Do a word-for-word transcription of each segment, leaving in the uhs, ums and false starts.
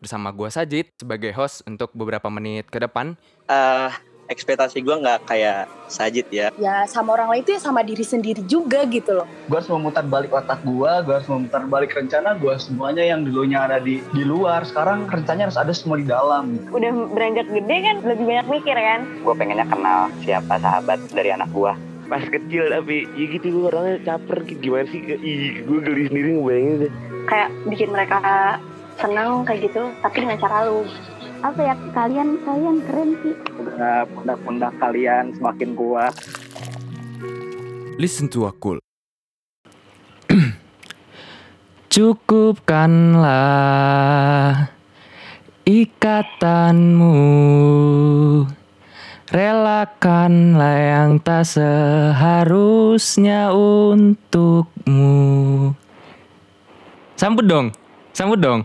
bersama gua Sajid sebagai host untuk beberapa menit ke depan. Uh, ekspektasi gue nggak kayak Sajid ya. Ya sama orang lain itu ya sama diri sendiri juga gitu loh. Gue harus memutar balik otak gue, gue harus memutar balik rencana gue. Semuanya yang dulunya ada di di luar, sekarang rencananya harus ada semua di dalam. Udah beranjak gede kan, lebih banyak mikir kan. Gue pengennya kenal siapa sahabat dari anak gue. Pas kecil tapi ya gitu gue orangnya caper gimana sih. Ih gue geli sendiri ngebayangin deh. Kayak bikin mereka senang kayak gitu, tapi dengan cara lu. Apa ya, kalian kalian keren sih. Udah pundak-pundak kalian semakin kuat. Listen to Wakul. Cukupkanlah ikatanmu, relakanlah yang tak seharusnya untukmu. Sambut dong, sambut dong.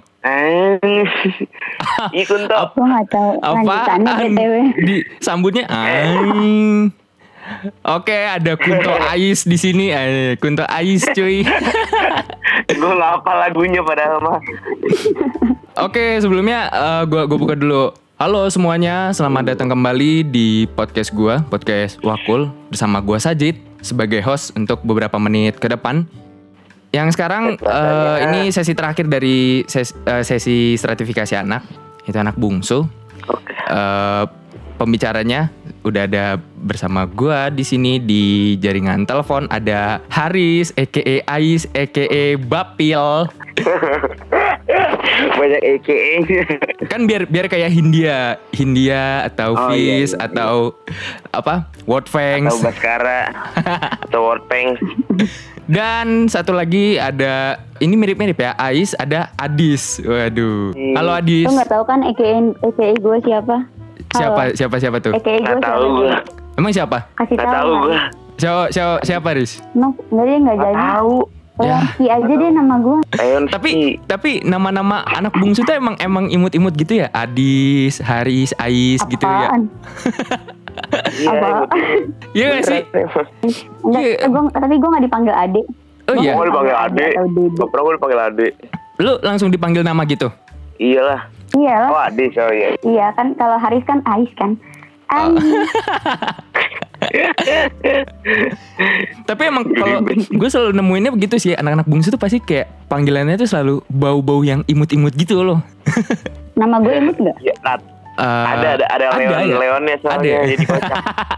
Ikut toh. Gue gak tau lanjutannya B T W. Di sambutnya ang. Oke, ada Kunto Ais di sini. Eh, Kunto Ais cuy. Gue gak hafal lagunya padahal mah. Oke, sebelumnya uh, gue gue buka dulu. Halo semuanya, selamat datang kembali di podcast gue, podcast Wakul bersama gue Sajid sebagai host untuk beberapa menit ke depan. Yang sekarang uh, ini sesi terakhir dari sesi, uh, sesi stratifikasi anak. Itu anak bungsu. Uh, pembicaranya udah ada bersama gua di sini di jaringan telepon, ada Haris aka Ais aka Bapil. Banyak A K A. Kan biar biar kayak Hindia, Hindia atau Oh, Fizz iya, iya, atau apa? Wordfangs atau Baskara atau Wordfangs. Dan satu lagi ada, ini mirip-mirip ya, Ais, ada Adis. Waduh. Hmm. Halo Adis. Lo gak tau kan A K A gue siapa? Siapa siapa siapa tuh? A K A gue Nggak siapa? tahu gue. Emang siapa? Kasih Nggak tau tahu kan? gue. Siapa siapa, siapa Riz? No, enggak dia gak Nggak jadi. tahu. Ya. Leonsi aja deh nama gue. Leonsi. Tapi tapi nama-nama anak bungsu tuh emang emang imut-imut gitu ya? Adis, Haris, Ais gitu ya. Apaan? Iya, Apaan? Iya gak sih? Enggak, Iya. gua, tapi gue gak dipanggil adik. Oh iya. Gue dipanggil Ade. Atau Dede. Gak pernah gue dipanggil Ade. Lu langsung dipanggil nama gitu? Iyalah. Iya Oh lah. Ade, oh iya. Iya kan, kalau Haris kan Ais kan. Ais. Tapi emang kalau gue selalu nemuinnya begitu sih, anak-anak bungsu tuh pasti kayak panggilannya tuh selalu bau-bau yang imut-imut gitu loh. Nama gue imut gak? Ya, Nat. Uh, ada ada ada Leon, ya? Leonnya soalnya Ada ya? jadi kocak.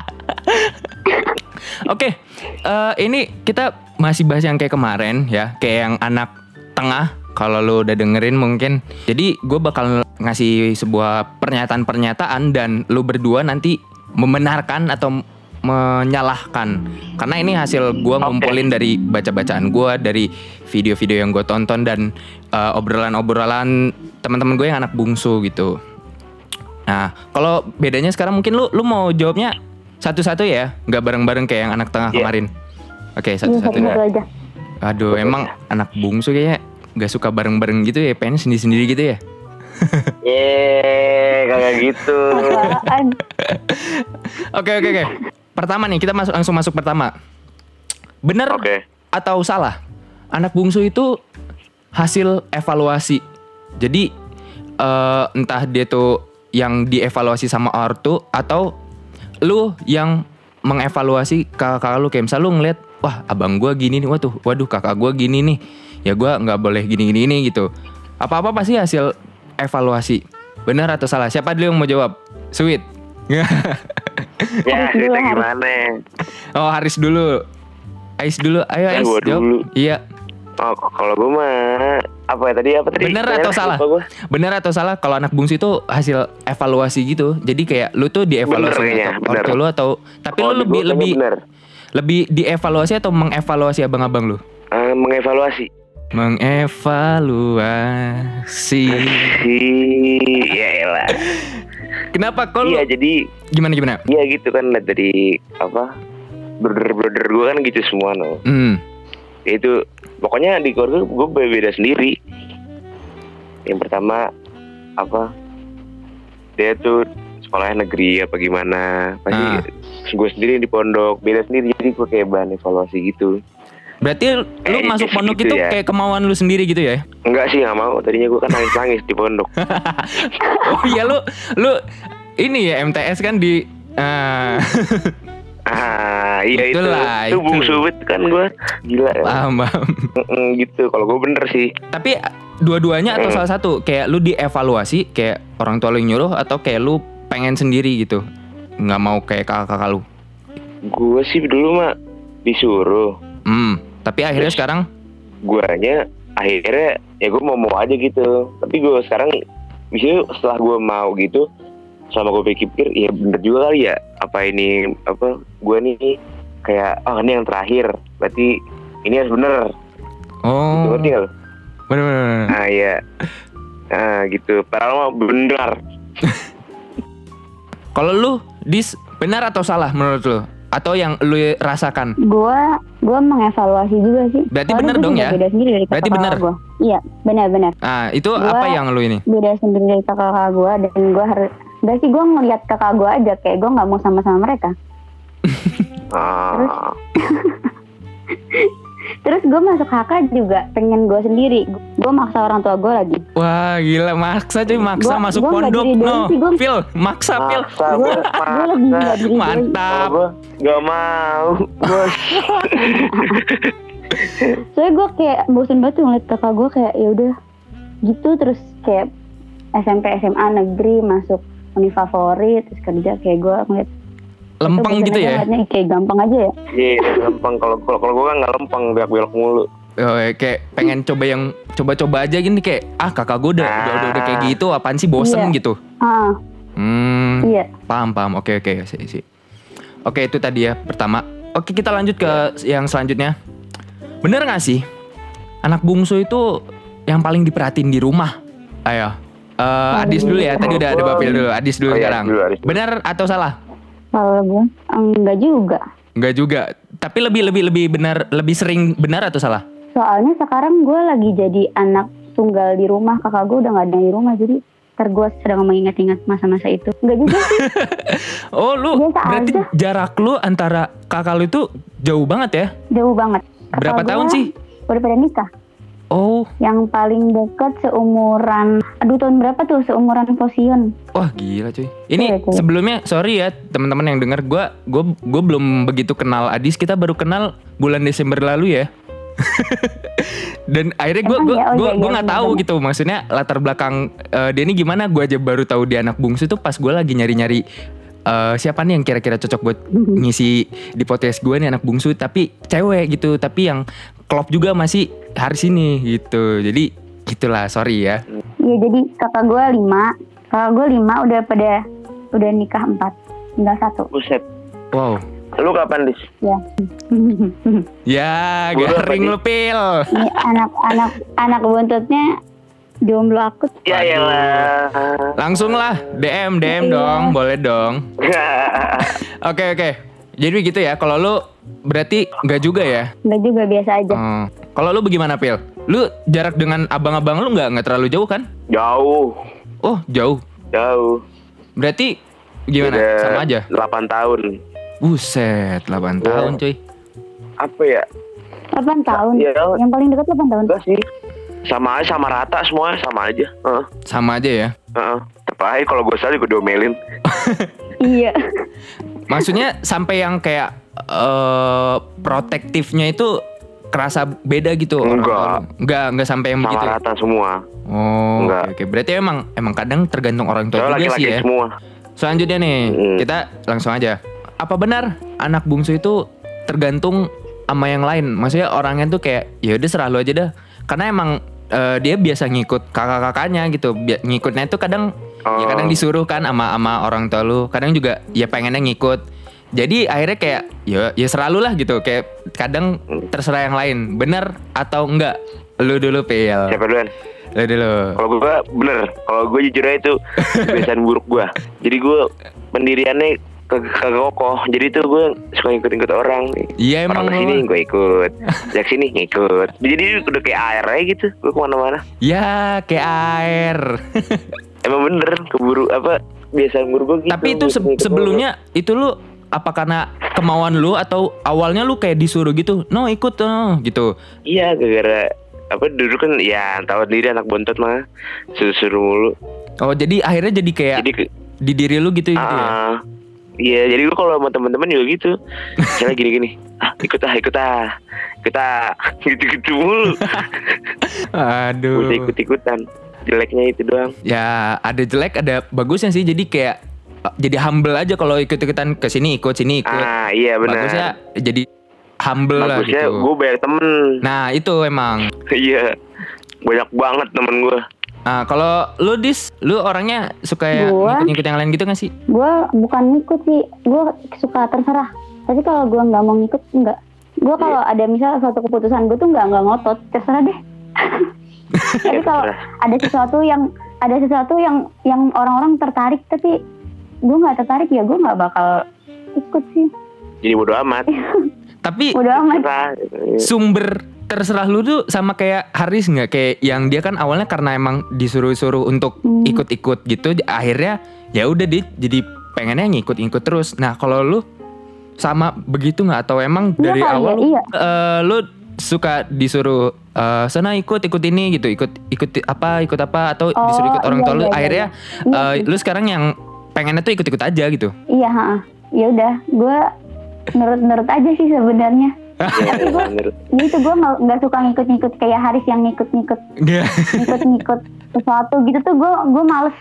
Oke, eh, ini kita masih bahas yang kayak kemarin ya, kayak yang anak tengah. Kalau lu udah dengerin mungkin. Jadi gue bakal ngasih sebuah pernyataan-pernyataan dan lu berdua nanti membenarkan atau menyalahkan. Karena ini hasil gue ngumpulin dari baca-bacaan gue, dari video-video yang gue tonton dan uh, obrolan-obrolan teman-teman gue yang anak bungsu gitu. Nah, kalau bedanya sekarang mungkin lu lu mau jawabnya satu-satu ya, nggak bareng-bareng kayak yang anak tengah Yeah. kemarin. Oke, Iya, satu-satu. satu-satu aja. Aduh, emang anak bungsu kayaknya nggak suka bareng-bareng gitu ya, pengen sendiri-sendiri gitu ya. Yeay, kagak gitu. Apaan? Oke, oke, oke. Pertama nih, kita masuk langsung masuk pertama. Bener Oke. atau salah? Anak bungsu itu hasil evaluasi. Jadi eh, entah dia tuh yang dievaluasi sama ortu atau lu yang mengevaluasi kakak lu, kayak misal lu ngeliat, wah abang gua gini nih, waduh, waduh kakak gua gini nih, ya gua nggak boleh gini-gini ini gitu. Apa-apa pasti hasil evaluasi. Benar atau salah? Siapa dulu yang mau jawab? Sweet. Ya, Haris dulu, cerita Haris. gimana? Oh, Haris dulu. Ais dulu. Ayo Eh, Ais, gua jawab. dulu. Iya. Oh, kalau gue mah apa ya tadi apa tadi? Benar Saya atau lupa salah? gua. Benar atau salah kalau anak bungsu itu hasil evaluasi gitu. Jadi kayak lu tuh dievaluasi Bener kayaknya, atau bener. ortu lu atau tapi Oh, lu di lebih gua kayaknya lebih bener. lebih dievaluasi atau mengevaluasi abang-abang lu? Eh, mengevaluasi. Mengevaluasi. Si, ya elah. Kenapa kok lu? Iya jadi, Gimana gimana? iya gitu kan lihat dari apa? Brother-brother gue kan gitu semua no. Hmm. Itu pokoknya di keluarga gue beda sendiri. Yang pertama apa? Dia tuh sekolahnya negeri apa gimana? Pasti Ah. gue sendiri di pondok beda sendiri, jadi gue kayak bahan evaluasi gitu. Berarti lu Eh, masuk gitu pondok itu ya. kayak kemauan lu sendiri gitu ya? Enggak sih, nggak mau. Tadinya gue kan nangis-nangis di pondok. Oh iya lu lu ini ya M T S kan di ah, Ah, iya itu. Itulah, Itu itu. bungsu banget kan gue. Gila. Ya. paham paham. Mm-mm, gitu. Kalau gue bener sih. Tapi dua-duanya atau Hmm. salah satu? Kayak lu dievaluasi kayak orang tua lu yang nyuruh atau kayak lu pengen sendiri gitu? Nggak mau kayak kakak-kakak lu? Gue sih dulu mah disuruh. Hmm. Tapi akhirnya Terus? sekarang Guanya akhirnya ya gue mau mau aja gitu. Tapi gue sekarang misalnya setelah gue mau gitu, sama gue pikir-pikir, ya bener juga kali ya. Apa ini apa gue nih kayak oh ini yang terakhir. Berarti ini harus bener. oh. Ngerti nggak lo? Bener-bener. Ah iya. Ah gitu. Padahal mah bener. Kalau lu dis benar atau salah menurut lu? Atau yang lu rasakan? Gua gua mengevaluasi juga sih. Berarti Soalnya bener gua dong juga ya? Beda sendiri dari Berarti kakak bener? gua. Iya, benar-benar. Ah, itu Gua- apa yang lu ini? Beda sendiri dari kakak gua dan gua harus. Gak sih gua ngelihat kakak gua aja kayak gua nggak mau sama-sama mereka. Ah. Terus gue masuk H K juga pengen gue sendiri. Gue maksa orang tua gue lagi. Wah, gila maksa cuy, maksa Gua- masuk gua nggak pondok. diri doi No, sih, gua- Phil, maksa Phil. Maksa Gue gue gue lebih nggak diri doi. Mantap. Gue gak mau. Bos. Soalnya gue kayak bosen banget tuh ngeliat kakak gue kayak ya udah gitu terus kayak S M P S M A negeri masuk univ favorit terus kerja kayak gue ngeliat Lempeng bosen gitu aja ya? ngeliatnya, kayak gampang aja ya. Iya, gampang. Kalau kalau kalau gue kan nggak lempeng, belok-belok mulu. Oh, ya, kayak pengen coba yang coba-coba aja gini kayak ah kakak gue udah, udah, udah, udah kayak gitu apaan sih bosen Iya. gitu. Ah Hmm, iya. paham paham. Oke oke sih sih. Oke itu tadi ya pertama. Oke kita lanjut ke yang selanjutnya. Bener nggak sih anak bungsu itu yang paling diperhatiin di rumah? Ayo. Eh, Adis dulu ya. Tadi udah ada Bapil dulu. Adis dulu Oh, iya, sekarang. dulu, Adis dulu. Bener atau salah? Kalau gue enggak juga. Enggak juga. Tapi lebih lebih lebih benar, lebih sering benar atau salah? Soalnya sekarang gue lagi jadi anak tunggal di rumah, kakak gue udah nggak ada di rumah, jadi ntar gue sedang mengingat-ingat masa-masa itu. Enggak juga sih. Oh lu Biasa berarti aja. jarak lu antara kakak lu itu jauh banget ya? Jauh banget. Kakak Berapa gua tahun sih? Udah pada nikah. Oh, Yang paling dekat seumuran, aduh tahun berapa tuh seumuran Posion. wah gila cuy. Ini Iya, cuy. sebelumnya sorry ya teman-teman yang dengar, gue gue gue belum begitu kenal Adis. Kita baru kenal bulan Desember lalu ya. Dan akhirnya gue Emang gue ya? Oh, gue iya, gue iya, nggak tahu bener. gitu. Maksudnya latar belakang eh, dia ini gimana? Gue aja baru tahu dia anak bungsu tuh pas gue lagi nyari-nyari eh, siapa nih yang kira-kira cocok buat ngisi di podcast gue nih anak bungsu tapi cewek gitu, tapi yang klop juga masih Haris ini gitu. Jadi gitulah, sorry ya. Iya jadi kakak gue lima, kakak gue lima udah pada udah nikah empat, tinggal satu. Buset. Wow. Lu kapan, Dis? Ya. Ya, Gua garing apa, lu Pil. Ini anak-anak anak buntutnya jomblo akut. Ya iyalah. Langsung lah D M D M Iya. dong, boleh dong. Oke oke. Jadi gitu ya. Kalau lu berarti nggak juga ya? Enggak juga biasa aja. Oh. Kalau lu bagaimana Pil? Lu jarak dengan abang-abang lu nggak nggak terlalu jauh kan? Jauh. Oh jauh. Jauh. Berarti gimana? Udah Sama aja. delapan tahun. Buset, delapan Iya. tahun cuy. Apa ya? delapan tahun. Iya. Yang paling dekat delapan tahun. Enggak sih. Sama aja, sama rata semua, sama aja. Heeh. Sama aja ya. Heeh. Tetep aja kalau gue salah gue diomelin. Iya. Maksudnya sampai yang kayak eh protektifnya itu kerasa beda gitu. orang Enggak. tua lu? Enggak, enggak sampai yang Sama begitu. rata semua. Oh, Enggak. oke, oke. Berarti emang emang kadang tergantung orang tua Soalnya juga laki-laki sih ya. semua. Selanjutnya nih, Hmm. kita langsung aja. Apa benar anak bungsu itu tergantung sama yang lain? Maksudnya orangnya tuh kayak ya udah serah lu aja dah. Karena emang eh, dia biasa ngikut kakak-kakaknya gitu. Bi- ngikutnya itu kadang ya Oh. kadang disuruh kan sama sama orang tua lu. Kadang juga ya pengennya ngikut. Jadi akhirnya kayak ya ya serah lu lah gitu. Kayak kadang terserah yang lain. Benar atau enggak? Lu dulu Pil. Siapa duluan? Lu dulu. Kalau gue bener, kalau gue jujur aja itu kebiasaan buruk gue. Jadi gue pendiriannya kagak kagak kokoh. Jadi tuh gue suka ikut-ikut orang. Iya emang Orang kesini lu. gue ikut, dari sini ngikut. Jadi udah kayak air aja gitu. Gue kemana-mana. Ya kayak air. Emang bener keburu apa kebiasaan buruk gue gitu. Tapi itu se- ngikut-ngikut sebelumnya itu lu apa karena kemauan lu atau awalnya lu kayak disuruh gitu? No ikut no gitu. Iya, gara-gara apa dulu kan ya tahu diri anak bontot mah suruh-suruh mulu. Oh jadi akhirnya jadi kayak Jadi ke, di diri lu gitu, gitu ya? ah, iya, jadi gue kalau sama teman-teman juga gitu. Misalnya gini-gini, ah ikut ah, ikut ah, ikut ah, gitu-gitu mulu. Aduh. Udah ikut-ikutan. Jeleknya itu doang. Ya ada jelek ada bagusnya sih, jadi kayak uh, jadi humble aja kalau ikut-ikutan ke sini ikut sini ikut. Ah iya benar. Bagusnya jadi humble lah Bagusnya gitu. gue banyak temen. Nah itu emang. Iya, banyak banget temen gue. Nah kalau lu Dis, lu orangnya suka ya Gua? ngikut-ngikut yang lain gitu gak sih? Gue bukan ngikut sih, gue suka terserah. Tapi kalau gue nggak mau ngikut, enggak. Gue kalau ada misal suatu keputusan gue tuh nggak nggak ngotot, terserah deh. Tapi kalau ada sesuatu yang ada sesuatu yang yang orang-orang tertarik tapi gue nggak tertarik, ya gue nggak bakal ikut sih. Jadi bodo amat. Tapi Udah amat. Terserah. sumber terserah lu tuh sama kayak Haris nggak? Kayak yang dia kan awalnya karena emang disuruh-suruh untuk Hmm. ikut-ikut gitu, akhirnya ya udah dia jadi pengennya ngikut-ngikut terus. Nah kalau lu sama begitu nggak atau emang Iya dari kali awal ya, lu, iya. eh, lu suka disuruh eh, sana ikut ikut ini gitu, ikut ikut apa ikut apa atau Oh, disuruh ikut orang iya, tua lu, iya, iya, akhirnya Iya eh, sih. lu sekarang yang pengennya tuh ikut-ikut aja gitu. Iya, ha. Ya udah, gue nurut-nurut aja sih sebenarnya. Ya, menurut. Gitu, gue nggak nggak suka ngikut-ngikut kayak Haris yang ngikut-ngikut ngikut-ngikut sesuatu gitu tuh gue gue males.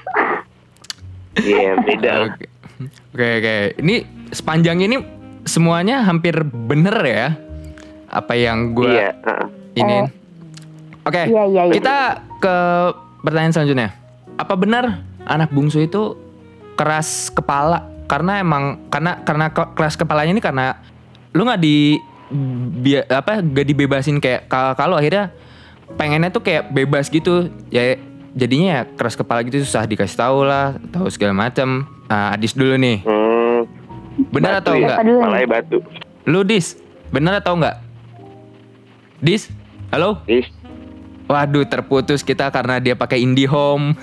Iya beda lah. Oke. Oke oke. Ini sepanjang ini semuanya hampir bener ya. Apa yang gue Iya. uh-uh. ini. Eh. Oke. Iya, iya, iya. Kita ke pertanyaan selanjutnya. Apa benar anak bungsu itu keras kepala? Karena emang karena karena ke- keras kepalanya ini karena lu nggak di bi- apa gak dibebasin kayak ka- kalau akhirnya pengennya tuh kayak bebas gitu ya, jadinya ya keras kepala gitu, susah dikasih tahu lah tahu segala macam. Nah, Adis dulu nih, Hmm, benar batu atau ya. enggak? Apa dulu nih? Palanya batu. Lu Dis, benar atau enggak? Dis, halo? Is, Waduh, terputus kita karena dia pakai IndiHome.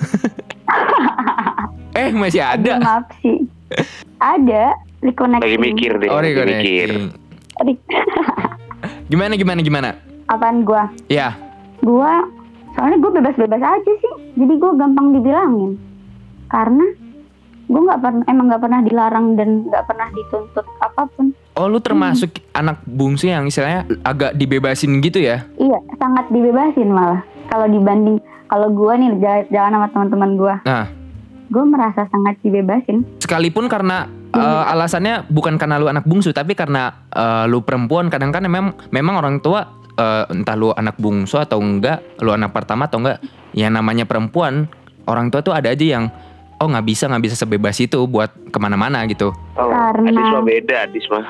eh masih Aduh, ada. maaf sih. Ada reconnecting. lagi mikir deh. Oh, lagi mikir. reconnecting. Re- Gimana gimana gimana? Apaan gue? Ya, Gue soalnya gue bebas-bebas aja sih. Jadi gue gampang dibilangin. Karena gue nggak pernah emang nggak pernah dilarang dan nggak pernah dituntut apapun. oh lu termasuk anak bungsu yang istilahnya agak dibebasin gitu ya? Iya, sangat dibebasin malah. Kalau dibanding kalau gue nih jalan, jalan sama teman-teman gue, Nah, gue merasa sangat dibebasin. sekalipun karena eh, alasannya bukan karena lu anak bungsu, tapi karena eh, lu perempuan, kadang kan memang memang orang tua eh, entah lu anak bungsu atau enggak, lu anak pertama atau enggak, yang namanya perempuan, orang tua tuh ada aja yang oh nggak bisa nggak bisa sebebas itu buat kemana-mana gitu. Oh, Karena- Adis mah beda, Adis mah.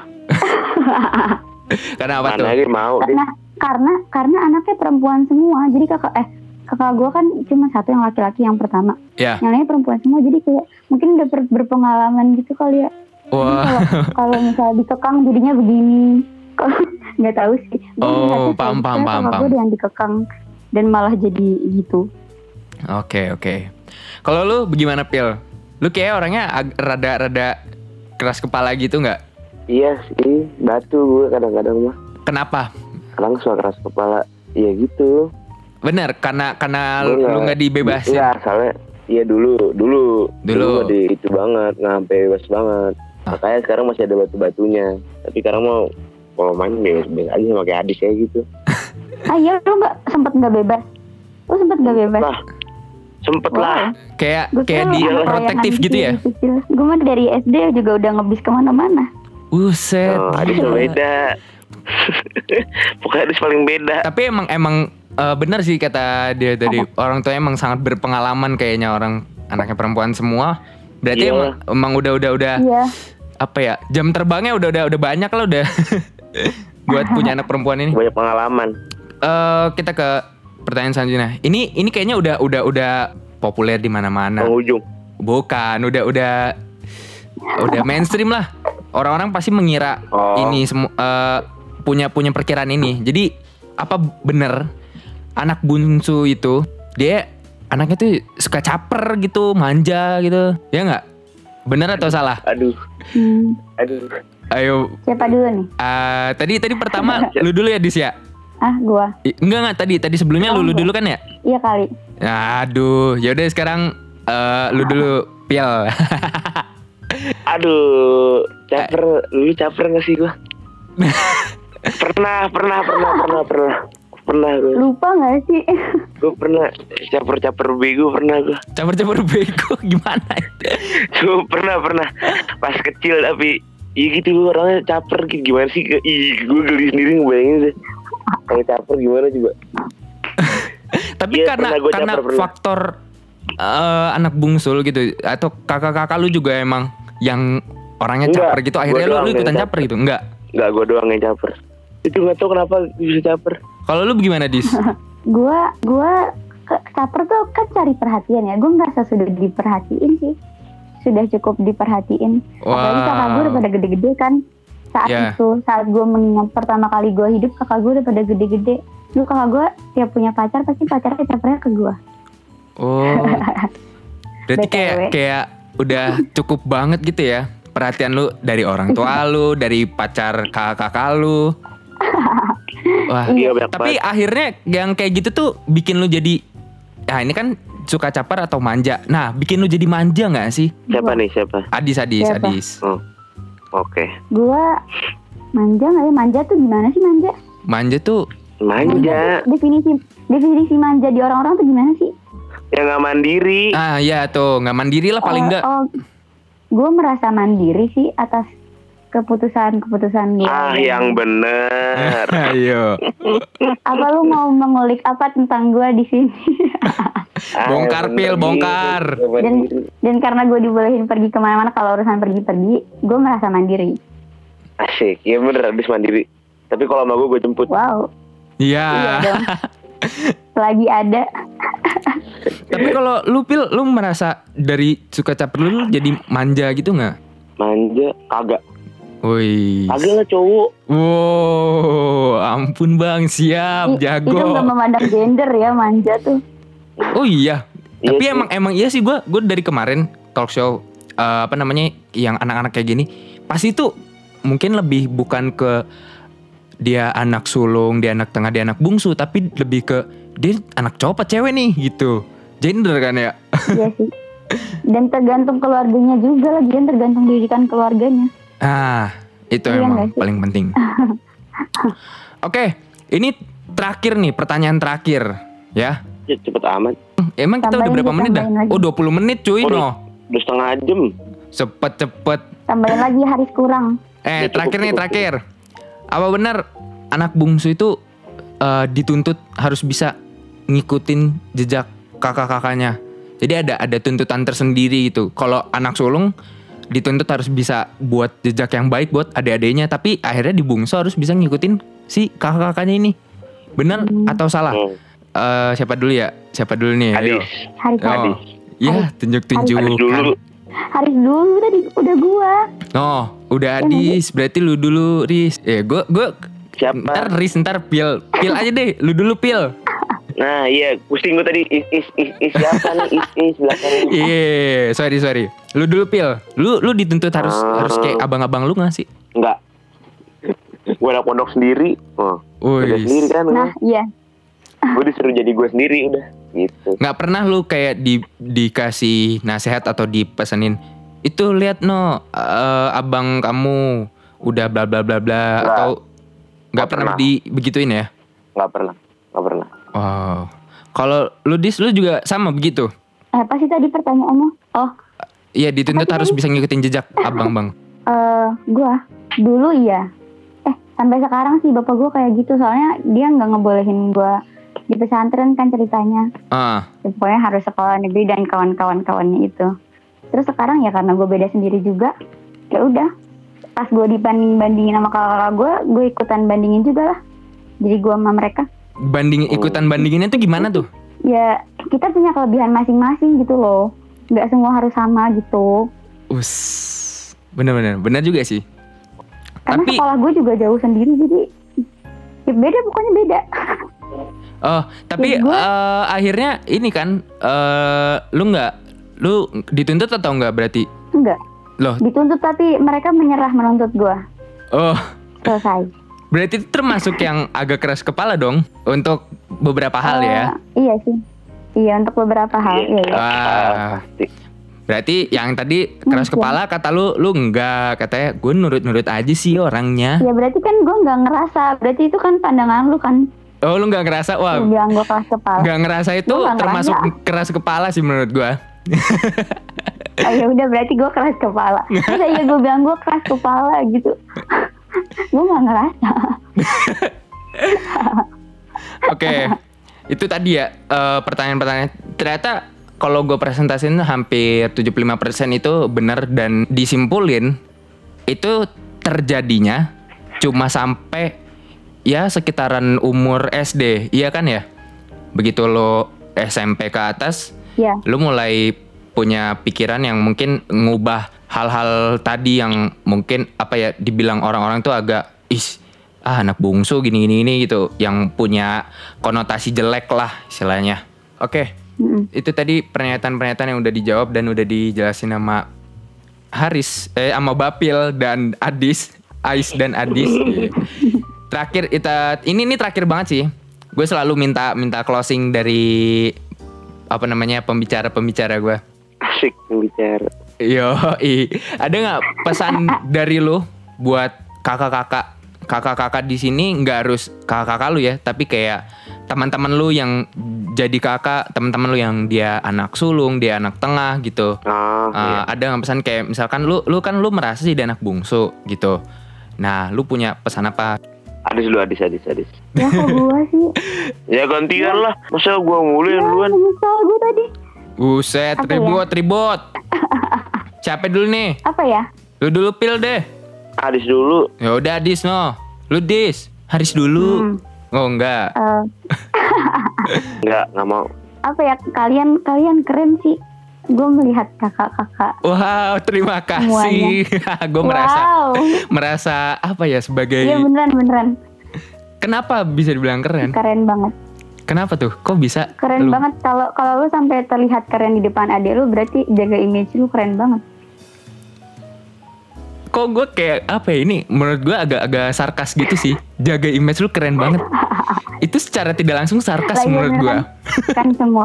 Karena apa tuh? Mana aja mau. Adis. Karena karena karena anaknya perempuan semua. Jadi kakak eh kakak gue kan cuma satu yang laki-laki yang pertama. Ya. Yang lainnya perempuan semua. Jadi kayak mungkin udah ber- berpengalaman gitu kali ya. Jadi Wah. Kalau kalau misalnya dikekang jadinya begini. Kalau nggak tahu sih. Gua Oh, melihatnya paham, kayak paham, paham, kakak paham. gue yang dikekang dan malah jadi gitu. Oke oke. Kalau lu bagaimana Pil? Lu kayak orangnya ag- rada-rada keras kepala gitu nggak? Iya sih, batu gue kadang-kadang mah. Kenapa? Kadang suka keras kepala. Iya gitu. Bener, karena karena Gua lu nggak dibebasin. Iya, soalnya iya dulu, dulu, Dulu. mah di itu banget, nggak sampai bebas banget. Ah. Makanya sekarang masih ada batu-batunya. Tapi sekarang mau kalau main bebas-bebas aja sama kayak Adis kayak gitu. Ah iya, lu nggak sempet nggak bebas? Lu sempet nggak bebas? Lah, sempet lah. Kayak Gua kayak kira lu di anak protektif layangan gitu ya? Gue mah dari S D juga udah ngebis kemana-mana. Buset. Oh, Adis gila. mah beda. Pokoknya Adis paling beda. Tapi emang emang eh, benar sih kata dia tadi, orang tua emang sangat berpengalaman kayaknya, orang anaknya perempuan semua. Berarti Iya. emang, emang udah udah udah Iya. apa ya? Jam terbangnya udah udah udah banyak lah udah buat punya anak perempuan ini. Banyak pengalaman. Eh kita ke pertanyaan selanjutnya. Ini ini kayaknya udah udah udah populer di mana-mana. Penghujung. Bukan, udah udah udah mainstream lah. Orang-orang pasti mengira Oh. ini semua eh, punya punya perkiraan ini. Jadi apa bener anak bungsu itu dia anaknya tuh suka caper gitu, manja gitu, ya nggak? Bener atau salah? Aduh, Hmm. Aduh. Ayo. Siapa dulu nih? Uh, tadi tadi pertama lu dulu ya Dis ya? Ah, gua. I, enggak enggak tadi tadi sebelumnya Oh, lu, lu enggak. dulu kan ya? Iya kali. Aduh, yaudah sekarang uh, lu dulu Pil. Aduh, caper, lu caper gak sih gua? pernah, pernah, pernah, pernah, pernah, pernah gua. Lupa nggak sih? Gua pernah caper-caper bego pernah gua. Caper-caper bego gimana? Gua pernah, pernah. Pas kecil tapi, iya gitu gua orangnya caper gitu. Gimana sih? Ih, gua geli sendiri ngebayangin sih. Kayak caper gimana coba? Tapi Iya, karena pernah gua karena caper, pernah. faktor uh, anak bungsul gitu atau kakak-kakak lu juga emang yang orangnya Enggak, caper gitu akhirnya gua lu, doang lu ikutan yang caper gitu enggak? Enggak, gua doang yang caper. Itu gak tau kenapa bisa caper. Kalau lu gimana Dis? Gua, gua ke- caper tuh kan cari perhatian ya. Gue ngerasa sudah diperhatiin sih. Sudah cukup diperhatiin. Apalagi kakak gue udah pada gede-gede kan. Saat Yeah. itu, saat gue mengingat pertama kali gue hidup, kakak gue udah pada gede-gede. Dulu kakak gue tiap punya pacar pasti pacarnya capernya ke gue. Oh. Berarti B T W. kayak kayak udah cukup banget gitu ya. Perhatian lu dari orang tua lu, dari pacar kakak-kakak lu. Wah, Iya, banyak tapi banget. akhirnya yang kayak gitu tuh bikin lu jadi, nah ini kan suka caper atau manja. Nah, bikin lu jadi manja nggak sih? Siapa nih, siapa? Adis, Adis, Siapa? Adis. Oh, oke. Gue manja nggak ya? Manja tuh gimana sih manja? Manja tuh, Manja. Definisi definisi manja di orang-orang tuh gimana sih? Yang gak mandiri. ah ya tuh nggak mandiri lah paling Oh, nggak. oh, gue merasa mandiri sih atas keputusan-keputusan gue. Ah, yang bener. Ayo, Apa lu mau mengulik apa tentang gue di sini? Ah, bongkar yang Pil, bener, bongkar. gitu. Yang dan mandiri. dan karena gue dibolehin pergi kemana-mana kalau urusan pergi-pergi, gue merasa mandiri. Asik, iya bener habis mandiri. Tapi kalau sama gue, gue jemput. Wow, iya Iya. dong. Selagi ada. Tapi kalau lu Pil, lu merasa dari suka caper lu, lu jadi manja gitu nggak? Manja, kagak. Woi. Kagak lah cowok. Wow, ampun bang, siap, I- Itu jago. nggak memandang gender ya manja tuh. Oh iya, Iya tapi sih. emang emang iya sih gue gue dari kemarin talk show eh, apa namanya yang anak-anak kayak gini pasti tuh mungkin lebih bukan ke dia anak sulung, dia anak tengah, dia anak bungsu, tapi lebih ke dia anak cowok apa cewek nih gitu, gender kan ya. Iya sih. Dan tergantung keluarganya juga lagi kan, tergantung didikan keluarganya. Ah, itu Iya emang nggak sih? paling penting. Oke, ini terakhir nih pertanyaan terakhir ya. Ya, cepet amat. Emang kita udah Tambahin berapa lagi, menit dah? tambahin lagi. Oh dua puluh menit cuy Udah. no. Udah setengah jam. Cepet-cepet. Tambahin lagi Haris kurang. Eh Ya, cukup, terakhir nih cukup, terakhir. Apa benar anak bungsu itu eh, dituntut harus bisa ngikutin jejak kakak-kakaknya? Jadi ada ada tuntutan tersendiri gitu. Kalau anak sulung dituntut harus bisa buat jejak yang baik buat adik-adiknya, tapi akhirnya di bungsu harus bisa ngikutin si kakak-kakaknya ini. Benar atau salah? Hmm. Eh, siapa dulu ya? Siapa dulu nih? Ayo. Adis. Haris Oh. Adis. Ya, Adis tunjuk-tunjuk. dulu. Haris dulu tadi udah gua. Oh, udah Adis. Berarti lu dulu, Riz. Eh, gua gua Siapa? ntar Riz, ntar Pil. Pil aja deh, lu dulu Pil. Nah iya, pusing gue tadi. Is, is, is, is siapa nih? Is, is, belakang. Iya, sorry sorry. Lu dulu Pil. Lu lu dituntut harus Ah. harus kayak abang-abang lu nggak sih? Enggak. Gue anak pondok sendiri. Oh, Woi. udah sendiri kan. Nah, iya. Gue disuruh jadi gue sendiri udah. Gitu. Nggak pernah lu kayak di dikasih nasihat atau dipesenin itu lihat no eh, abang kamu udah bla bla bla bla Nggak. atau nggak Nggak pernah pernah. di begituin ya? Nggak pernah. Nggak pernah. Wow. Kalau lu Dis lu juga sama begitu? Eh, apa sih tadi pertanyaannya? Oh, Iya dituntut Apa sih harus tadi? bisa ngikutin jejak abang bang. eh gua dulu iya. Eh, sampai sekarang sih bapak gua kayak gitu, soalnya dia nggak ngebolehin gua di pesantren kan ceritanya. Ah, Ya, pokoknya harus sekolah negeri dan kawan-kawan-kawannya itu. Terus sekarang ya karena gue beda sendiri juga, ya udah. Pas gue dibanding-bandingin sama kakak-kakak gue, gue ikutan bandingin juga lah. Jadi gue sama mereka. banding ikutan bandinginnya tuh gimana tuh? Ya kita punya kelebihan masing-masing gitu loh. Nggak semua harus sama gitu. Us, bener-bener, bener juga sih. Karena Tapi, sekolah gue juga jauh sendiri, jadi ya beda, pokoknya beda. oh, tapi Jadi gua- eh, akhirnya ini kan, eh, lu nggak, lu dituntut atau nggak berarti? Enggak. Loh, Dituntut tapi mereka menyerah menuntut gue. oh, Selesai. berarti itu termasuk yang agak keras kepala dong untuk beberapa hal ya. Eh, iya sih. Iya untuk beberapa hal. Iya. iya. Wah. Berarti yang tadi keras Mungkin. kepala kata lu, lu enggak, katanya gue nurut-nurut aja sih orangnya. Ya berarti kan gue nggak ngerasa. Berarti itu kan pandangan lu kan. Oh, lu enggak ngerasa? Wah, Lu bilang gue keras kepala. enggak ngerasa itu Gua nggak termasuk ngerasa. keras kepala sih menurut gue. Oh, ya udah berarti gue keras kepala. Masa iya gue bilang gue keras kepala gitu. Gue nggak ngerasa. Oke, itu tadi ya eh, pertanyaan-pertanyaan. Ternyata kalau gue presentasiin hampir tujuh puluh lima persen itu benar dan disimpulin itu terjadinya cuma sampai ya sekitaran umur S D, iya kan ya? Begitu lo S M P ke atas, Ya. lo mulai punya pikiran yang mungkin ngubah hal-hal tadi yang mungkin apa ya dibilang orang-orang tuh agak is ah anak bungsu gini-gini ini gitu, yang punya konotasi jelek lah istilahnya. Oke, Mm-mm. itu tadi pernyataan-pernyataan yang udah dijawab dan udah dijelasin sama Haris, eh sama Bapil dan Adis, Ais dan Adis. Terakhir kita ini ini terakhir banget sih. Gue selalu minta minta closing dari apa namanya pembicara-pembicara gue. Asik bicara. Yo, ada nggak pesan dari lu buat kakak-kakak kakak-kakak di sini? Nggak harus kakak-kakak lu ya, tapi kayak teman-teman lu yang jadi kakak, teman-teman lu yang dia anak sulung, dia anak tengah gitu. Oh, Uh, iya. Ada nggak pesan kayak misalkan lu lu kan lu merasa sih dia anak bungsu gitu. Nah, lu punya pesan apa? Adis dulu, Adis, Adis, Adis. Ya kok gue sih. Ya gantian lah. Masa gua mulu yang Ya duluan? menyesal gue tadi. Buset, Apa ya? ribut ribut. Siapa dulu nih? Apa ya? Lu dulu Pil deh. Adis dulu. Ya udah Adis no. Lu Dis. Haris dulu. Hmm. Oh enggak. Eh, Enggak, enggak mau. apa ya? Kalian kalian keren sih. Gue melihat kakak-kakak. Wow, terima kasih. Gue merasa Wow. merasa apa ya sebagai Iya beneran beneran. kenapa bisa dibilang keren? Keren banget. Kenapa tuh? Kok bisa? Keren lu- banget kalau kalau lu sampai terlihat keren di depan adik lu berarti jaga image lu keren banget. Kok gue kayak apa ya ini? Menurut gue agak-agak sarkas gitu sih. Jaga image lu keren banget. Itu secara tidak langsung sarkas Lah, iya menurut gue. beneran. Kan semua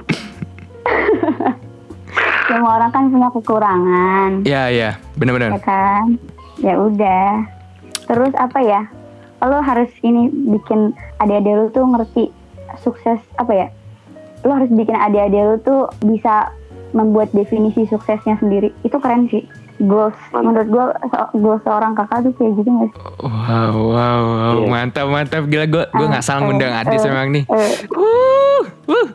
semua orang kan punya kekurangan, Ya ya, ya benar-benar. kan? Ya udah. Terus apa ya? Lo harus ini bikin adik-adik lu tuh ngerti sukses apa ya? Lo harus bikin adik-adik lu tuh bisa membuat definisi suksesnya sendiri. Itu keren sih. Goals. Menurut gue goals seorang kakak tuh kayak gitu nggak sih? Wow, wow, wow. Iya. Mantap, mantap. Gila gue gue Eh, ngasal eh, ngundang Adis eh, emang nih. Eh, Uh, uh.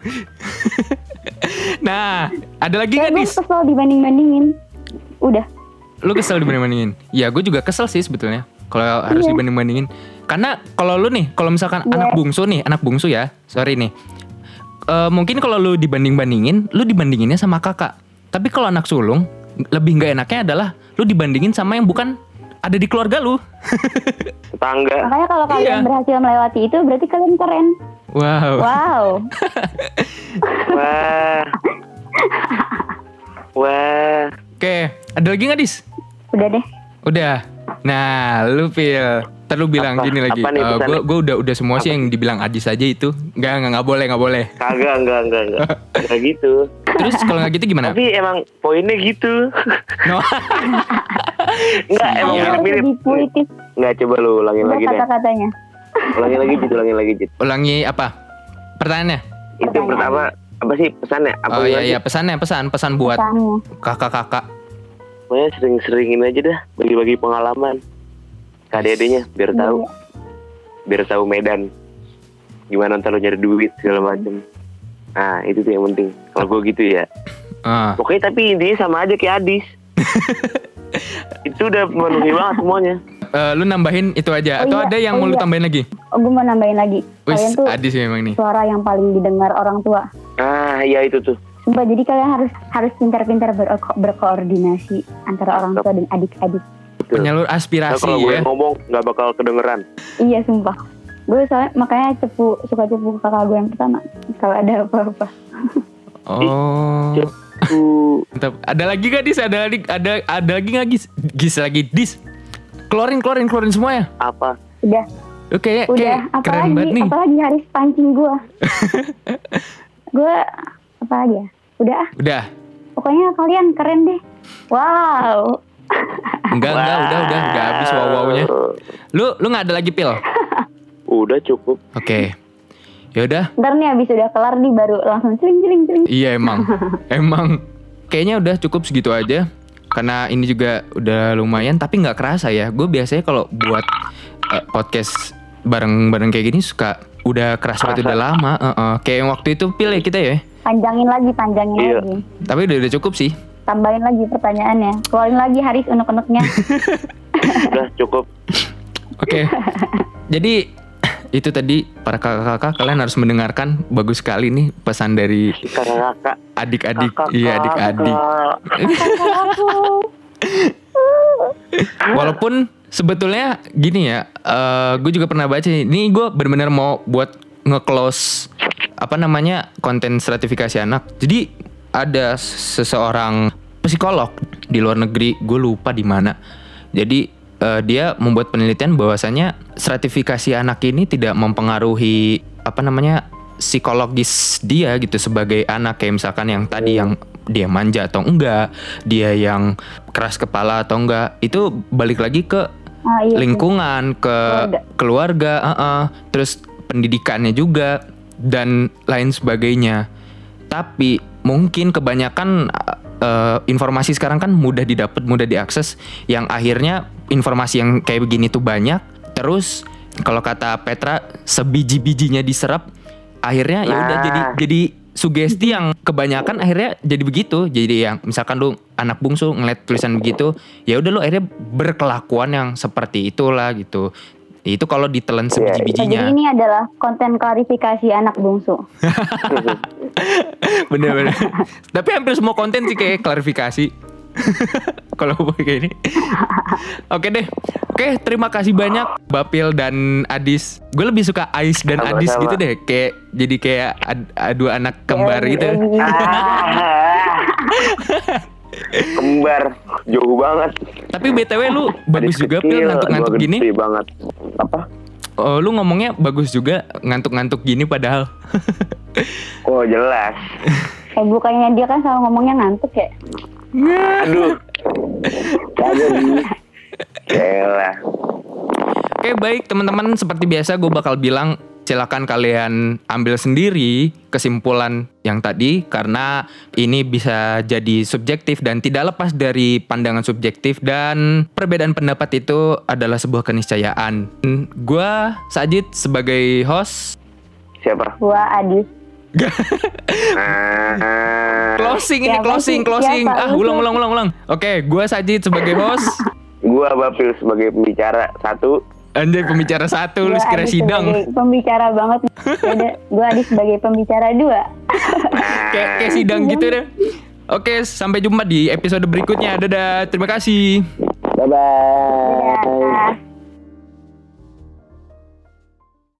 Nah, ada lagi ya nggak gue Dis? kesel dibanding-bandingin. Udah. Lu kesel dibanding-bandingin? Ya gue juga kesel sih sebetulnya. Kalau harus Iya. dibanding-bandingin. Karena kalau lu nih, kalau misalkan Iya. anak bungsu nih, anak bungsu ya, sorry nih. Eh, mungkin kalau lu dibanding-bandingin, lu dibandinginnya sama kakak. Tapi kalau anak sulung, lebih nggak enaknya adalah lu dibandingin sama yang bukan ada di keluarga lu. Tetangga. Makanya kalau kalian Iya. berhasil melewati itu berarti kalian keren. Wow. Wow. Wah. Wah. Oke, ada lagi nggak Dis? Udah deh. Udah. Nah, lu Pil, ntar lu bilang Apa? gini lagi. Apa nih gue pesannya? gue udah udah semua sih yang dibilang Adis aja itu. Enggak, enggak, enggak boleh, enggak boleh. Kagak, enggak, enggak, enggak. Enggak gitu. Terus kalau nggak gitu gimana? Tapi emang poinnya gitu. No. Enggak, emang Iya. mirip-mirip. Lebih puitis Enggak, coba lu ulangin udah lagi deh. kata-katanya. Ulangin lagi, Jit. Ulangin lagi, Jit. Ulangi apa? Pertanyaannya? Itu pertama, apa sih pesannya? Apa Oh iya lagi? iya, pesannya, pesan, pesan buat Pesannya. kakak-kakak. Pokoknya sering-seringin aja dah. Bagi-bagi pengalaman. Ke adik-adiknya, biar tahu. Biar tahu medan. Gimana ntar lu nyari duit, segala macem. Nah, itu tuh yang penting. Kalau gue gitu ya. Ah. Pokoknya tapi intinya sama aja kayak Adis. Itu udah memenuhi banget semuanya. Eh, lu nambahin itu aja Oh atau iya, ada yang oh mau lu iya. tambahin lagi? Oh, gue mau nambahin lagi. Kalian Wis, tuh Adis ya emang nih. suara yang paling didengar orang tua. Ah, iya itu tuh. Sumpah, jadi kalian harus harus pintar-pintar berko- berkoordinasi antara orang tua dan adik-adik. Betul. Penyalur Nah, aspirasi kalau gue ya. ngomong nggak bakal kedengeran. Iya, sumpah. Gue soalnya makanya cepu suka cepu ke kakak gue yang pertama kalau ada apa-apa. Oh. satu. Mantap. Ada lagi gak Dis? Ada lagi ada ada lagi nggak Gis? Gis lagi Dis. Keluarin keluarin keluarin semuanya. Apa? Udah. Oke, Udah. kayak keren banget Apalagi, nih. apalagi Haris pancing gue. Gue apa lagi ya? Udah ah. Udah. Pokoknya kalian keren deh. Wow. Enggak enggak udah udah udah habis wow-wownya. Lu lu nggak ada lagi Pil? Udah cukup. Oke. Ya udah. Ntar nih abis udah kelar nih baru langsung celing celing celing. Iya emang. Emang kayaknya udah cukup segitu aja. Karena ini juga udah lumayan tapi nggak kerasa ya. Gue biasanya kalau buat uh, podcast bareng-bareng kayak gini suka udah kerasa waktu udah lama. Uh-uh. Kayak yang waktu itu Pil ya kita ya. Panjangin lagi, panjangin Iya. lagi. Tapi udah udah cukup sih. Tambahin lagi pertanyaannya. Keluarin lagi Haris unek-uneknya. Udah cukup. Oke. Jadi itu tadi para kakak-kakak kalian harus mendengarkan, bagus sekali nih pesan dari Kakak-kakak. adik-adik. Iya adik-adik. Walaupun sebetulnya gini ya, uh, gue juga pernah baca ini gue benar-benar mau buat nge-close apa namanya konten stratifikasi anak. Jadi ada seseorang psikolog di luar negeri, gue lupa di mana. Jadi uh, dia membuat penelitian bahwasanya stratifikasi anak ini tidak mempengaruhi apa namanya psikologis dia gitu sebagai anak, kayak misalkan yang tadi yang dia manja atau enggak, dia yang keras kepala atau enggak, itu balik lagi ke Ah, iya, lingkungan, ke keluarga. keluarga, uh-uh, terus pendidikannya juga dan lain sebagainya. Tapi mungkin kebanyakan uh, informasi sekarang kan mudah didapat, mudah diakses, yang akhirnya informasi yang kayak begini tuh banyak. Terus kalau kata Petra, sebiji-bijinya diserap, akhirnya ya udah Nah. jadi jadi sugesti yang kebanyakan akhirnya jadi begitu. Jadi yang misalkan lu anak bungsu ngeliat tulisan begitu, ya udah lu akhirnya berkelakuan yang seperti itulah gitu. Itu kalau ditelan Jadi sebiji-bijinya. ini adalah konten klarifikasi anak bungsu. Bener-bener. Tapi hampir semua konten sih kayak klarifikasi. Kalau kayak ini. Oke deh. Oke, terima kasih banyak Bapil dan Adis. Gue lebih suka Ais dan Sama-sama. Adis gitu deh. Kayak jadi kayak ad- ad- dua anak kembar gitu. Kembar jauh banget. Tapi B T W lu bagus Adik juga kecil, Pil ngantuk-ngantuk gua gini. gede banget. Apa? Oh, lu ngomongnya bagus juga ngantuk-ngantuk gini padahal. Oh jelas. Eh bukannya dia kan selalu ngomongnya ngantuk ya? Aduh. Kagak nih. Yaelah. Oke baik teman-teman, seperti biasa gue bakal bilang silakan kalian ambil sendiri kesimpulan yang tadi, karena ini bisa jadi subjektif dan tidak lepas dari pandangan subjektif, dan perbedaan pendapat itu adalah sebuah keniscayaan. Gue Sajid sebagai host. Siapa? Gua Adis. Ah, Closing ini Siapa closing sih? closing. Siapa? Ah ulang ulang ulang ulang. Oke, gue Sajid sebagai host. gua Bapil sebagai pembicara satu. Anjay pembicara satu, lu Gua sekira Adis sidang. sebagai pembicara banget. Yaudah, gua Adis sebagai pembicara dua. Kayak kayak sidang gitu deh. Oke, sampai jumpa di episode berikutnya. Dadah, terima kasih. Bye bye. Dadah.